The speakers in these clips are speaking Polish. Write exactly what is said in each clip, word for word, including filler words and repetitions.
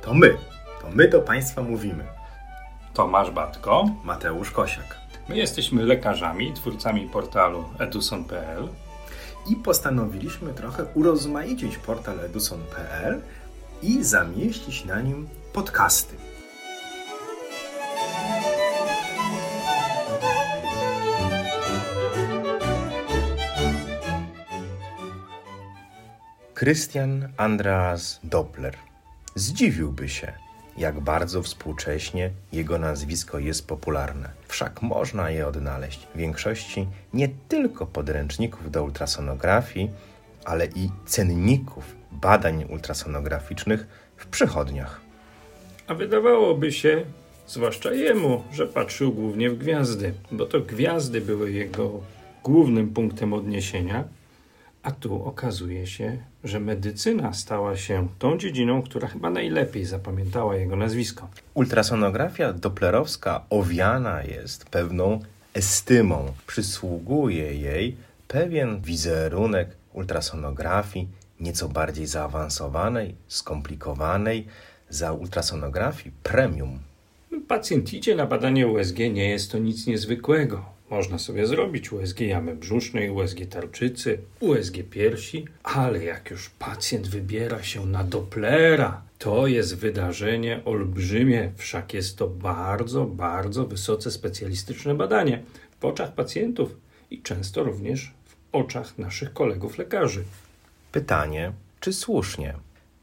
To my, to my do Państwa mówimy. Tomasz Batko, Mateusz Kosiak. My jesteśmy lekarzami, twórcami portalu edusson kropka p l i postanowiliśmy trochę urozmaicić portal edusson kropka p l i zamieścić na nim podcasty. Christian Andreas Doppler. Zdziwiłby się, jak bardzo współcześnie jego nazwisko jest popularne. Wszak można je odnaleźć w większości nie tylko podręczników do ultrasonografii, ale i cenników badań ultrasonograficznych w przychodniach. A wydawałoby się, zwłaszcza jemu, że patrzył głównie w gwiazdy, bo to gwiazdy były jego głównym punktem odniesienia, a tu okazuje się, że medycyna stała się tą dziedziną, która chyba najlepiej zapamiętała jego nazwisko. Ultrasonografia doplerowska owiana jest pewną estymą. Przysługuje jej pewien wizerunek ultrasonografii nieco bardziej zaawansowanej, skomplikowanej, za ultrasonografii premium. Pacjent idzie na badanie U S G, nie jest to nic niezwykłego. Można sobie zrobić U S G jamy brzusznej, U S G tarczycy, U S G piersi, ale jak już pacjent wybiera się na Dopplera, to jest wydarzenie olbrzymie, wszak jest to bardzo, bardzo wysoce specjalistyczne badanie w oczach pacjentów i często również w oczach naszych kolegów lekarzy. Pytanie, czy słusznie?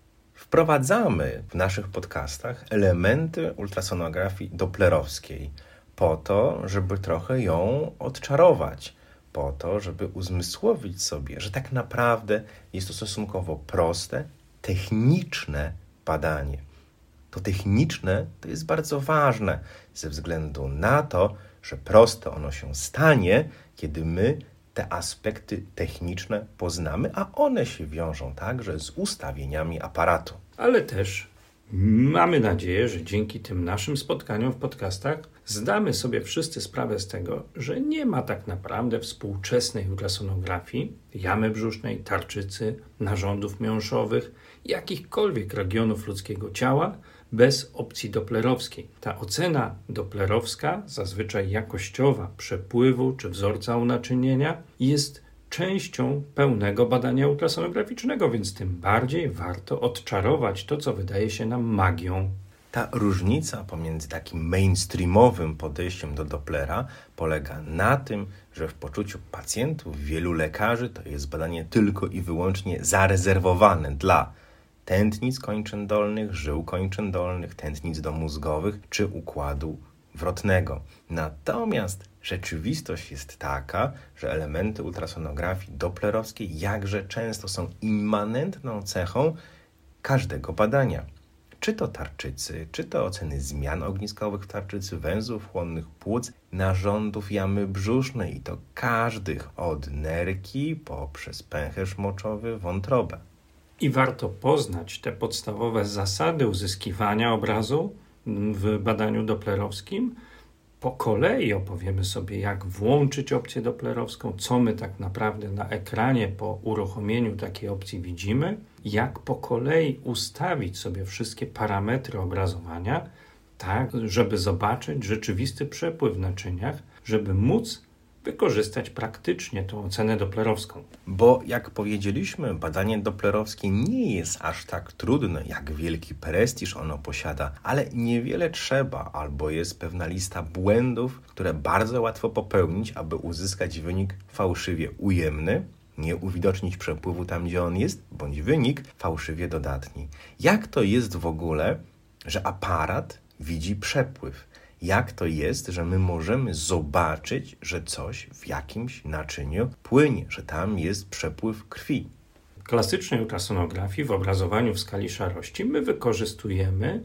Wprowadzamy w naszych podcastach elementy ultrasonografii doplerowskiej po to, żeby trochę ją odczarować, po to, żeby uzmysłowić sobie, że tak naprawdę jest to stosunkowo proste, techniczne badanie. To techniczne to jest bardzo ważne ze względu na to, że proste ono się stanie, kiedy my te aspekty techniczne poznamy, a one się wiążą także z ustawieniami aparatu. Ale też mamy nadzieję, że dzięki tym naszym spotkaniom w podcastach zdamy sobie wszyscy sprawę z tego, że nie ma tak naprawdę współczesnej ultrasonografii, jamy brzusznej, tarczycy, narządów miąższowych, jakichkolwiek regionów ludzkiego ciała bez opcji doplerowskiej. Ta ocena doplerowska, zazwyczaj jakościowa przepływu czy wzorca unaczynienia, jest częścią pełnego badania ultrasonograficznego, więc tym bardziej warto odczarować to, co wydaje się nam magią. Ta różnica pomiędzy takim mainstreamowym podejściem do Dopplera polega na tym, że w poczuciu pacjentów wielu lekarzy to jest badanie tylko i wyłącznie zarezerwowane dla tętnic kończyn dolnych, żył kończyn dolnych, tętnic domózgowych czy układu wrotnego. Natomiast rzeczywistość jest taka, że elementy ultrasonografii doplerowskiej jakże często są immanentną cechą każdego badania. Czy to tarczycy, czy to oceny zmian ogniskowych w tarczycy, węzłów chłonnych płuc, narządów jamy brzusznej i to każdych od nerki poprzez pęcherz moczowy, wątrobę. I warto poznać te podstawowe zasady uzyskiwania obrazu w badaniu doplerowskim. Po kolei opowiemy sobie, jak włączyć opcję doplerowską, co my tak naprawdę na ekranie po uruchomieniu takiej opcji widzimy, jak po kolei ustawić sobie wszystkie parametry obrazowania, tak, żeby zobaczyć rzeczywisty przepływ w naczyniach, żeby móc wykorzystać praktycznie tą ocenę doplerowską. Bo jak powiedzieliśmy, badanie doplerowskie nie jest aż tak trudne, jak wielki prestiż ono posiada, ale niewiele trzeba, albo jest pewna lista błędów, które bardzo łatwo popełnić, aby uzyskać wynik fałszywie ujemny, nie uwidocznić przepływu tam, gdzie on jest, bądź wynik fałszywie dodatni. Jak to jest w ogóle, że aparat widzi przepływ? Jak to jest, że my możemy zobaczyć, że coś w jakimś naczyniu płynie, że tam jest przepływ krwi? W klasycznej ultrasonografii, w obrazowaniu w skali szarości, my wykorzystujemy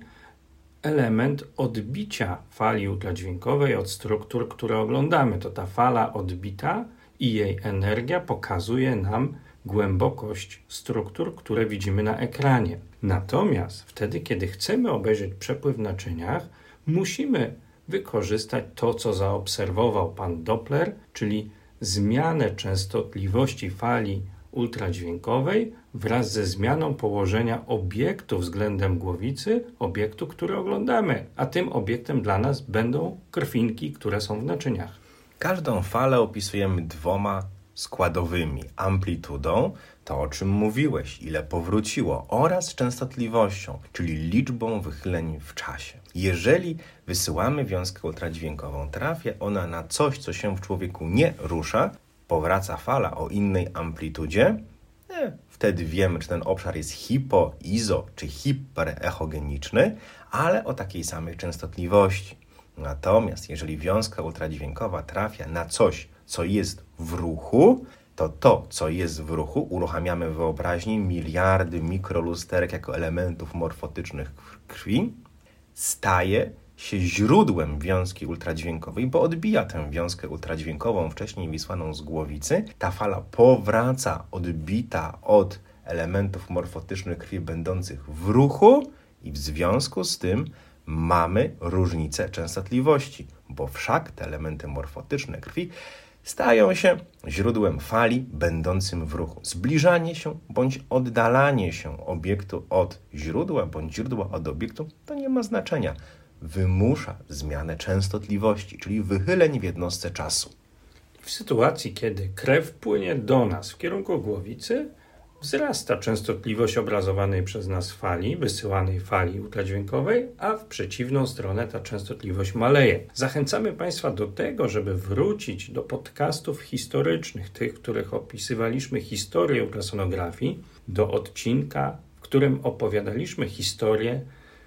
element odbicia fali ultradźwiękowej od struktur, które oglądamy. To ta fala odbita i jej energia pokazuje nam głębokość struktur, które widzimy na ekranie. Natomiast wtedy, kiedy chcemy obejrzeć przepływ w naczyniach, musimy wykorzystać to, co zaobserwował pan Doppler, czyli zmianę częstotliwości fali ultradźwiękowej wraz ze zmianą położenia obiektu względem głowicy, obiektu, który oglądamy, a tym obiektem dla nas będą krwinki, które są w naczyniach. Każdą falę opisujemy dwoma składowymi: amplitudą, to o czym mówiłeś, ile powróciło, oraz częstotliwością, czyli liczbą wychyleń w czasie. Jeżeli wysyłamy wiązkę ultradźwiękową, trafia ona na coś, co się w człowieku nie rusza, powraca fala o innej amplitudzie, e, wtedy wiemy, czy ten obszar jest hipo, izo czy hiperechogeniczny, ale o takiej samej częstotliwości. Natomiast jeżeli wiązka ultradźwiękowa trafia na coś, co jest w ruchu, to to, co jest w ruchu, uruchamiamy w wyobraźni miliardy mikrolusterek jako elementów morfotycznych krwi, staje się źródłem wiązki ultradźwiękowej, bo odbija tę wiązkę ultradźwiękową wcześniej wysłaną z głowicy. Ta fala powraca odbita od elementów morfotycznych krwi będących w ruchu i w związku z tym mamy różnicę częstotliwości, bo wszak te elementy morfotyczne krwi stają się źródłem fali będącym w ruchu. Zbliżanie się bądź oddalanie się obiektu od źródła bądź źródła od obiektu to nie ma znaczenia. Wymusza zmianę częstotliwości, czyli wychyleń w jednostce czasu. W sytuacji, kiedy krew płynie do nas w kierunku głowicy, wzrasta częstotliwość obrazowanej przez nas fali, wysyłanej fali ultradźwiękowej, a w przeciwną stronę ta częstotliwość maleje. Zachęcamy Państwa do tego, żeby wrócić do podcastów historycznych, tych, w których opisywaliśmy historię ultrasonografii, do odcinka, w którym opowiadaliśmy historię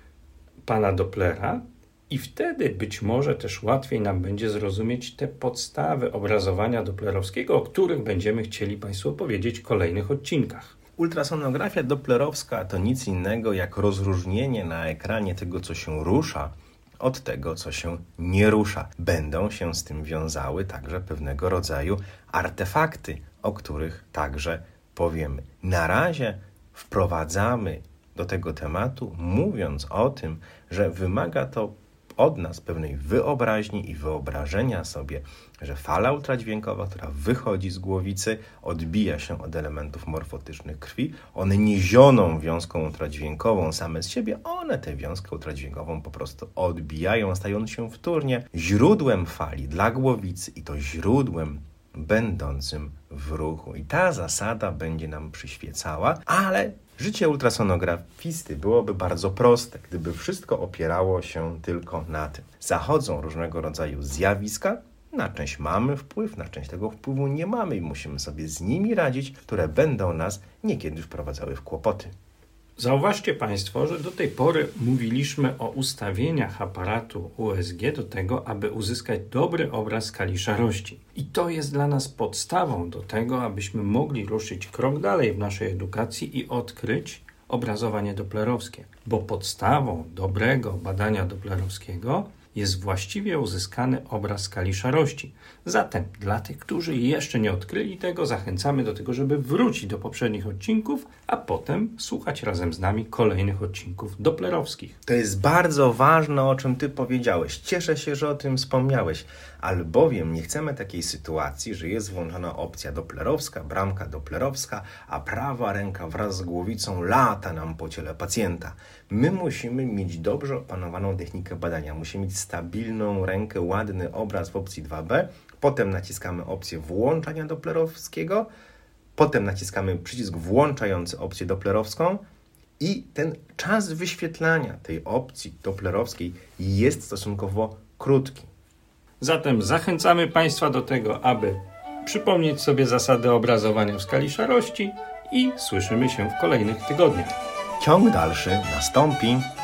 pana Dopplera i wtedy być może też łatwiej nam będzie zrozumieć te podstawy obrazowania doplerowskiego, o których będziemy chcieli Państwu opowiedzieć w kolejnych odcinkach. Ultrasonografia doplerowska to nic innego jak rozróżnienie na ekranie tego, co się rusza, od tego, co się nie rusza. Będą się z tym wiązały także pewnego rodzaju artefakty, o których także powiemy. Na razie wprowadzamy do tego tematu, mówiąc o tym, że wymaga to od nas pewnej wyobraźni i wyobrażenia sobie, że fala ultradźwiękowa, która wychodzi z głowicy, odbija się od elementów morfotycznych krwi. One nie zioną wiązką ultradźwiękową same z siebie, one tę wiązkę ultradźwiękową po prostu odbijają, stając się wtórnie źródłem fali dla głowicy i to źródłem będącym w ruchu. I ta zasada będzie nam przyświecała, ale życie ultrasonografisty byłoby bardzo proste, gdyby wszystko opierało się tylko na tym. Zachodzą różnego rodzaju zjawiska, na część mamy wpływ, na część tego wpływu nie mamy i musimy sobie z nimi radzić, które będą nas niekiedy wprowadzały w kłopoty. Zauważcie Państwo, że do tej pory mówiliśmy o ustawieniach aparatu U S G do tego, aby uzyskać dobry obraz skali szarości. I to jest dla nas podstawą do tego, abyśmy mogli ruszyć krok dalej w naszej edukacji i odkryć obrazowanie doplerowskie. Bo podstawą dobrego badania doplerowskiego jest właściwie uzyskany obraz skali szarości. Zatem dla tych, którzy jeszcze nie odkryli tego, zachęcamy do tego, żeby wrócić do poprzednich odcinków, a potem słuchać razem z nami kolejnych odcinków doplerowskich. To jest bardzo ważne, o czym Ty powiedziałeś. Cieszę się, że o tym wspomniałeś, albowiem nie chcemy takiej sytuacji, że jest włączona opcja doplerowska, bramka doplerowska, a prawa ręka wraz z głowicą lata nam po ciele pacjenta. My musimy mieć dobrze opanowaną technikę badania. Musimy mieć stabilną rękę, ładny obraz w opcji dwa B. Potem naciskamy opcję włączania doplerowskiego. Potem naciskamy przycisk włączający opcję doplerowską. I ten czas wyświetlania tej opcji doplerowskiej jest stosunkowo krótki. Zatem zachęcamy Państwa do tego, aby przypomnieć sobie zasady obrazowania w skali szarości i słyszymy się w kolejnych tygodniach. Ciąg dalszy nastąpi.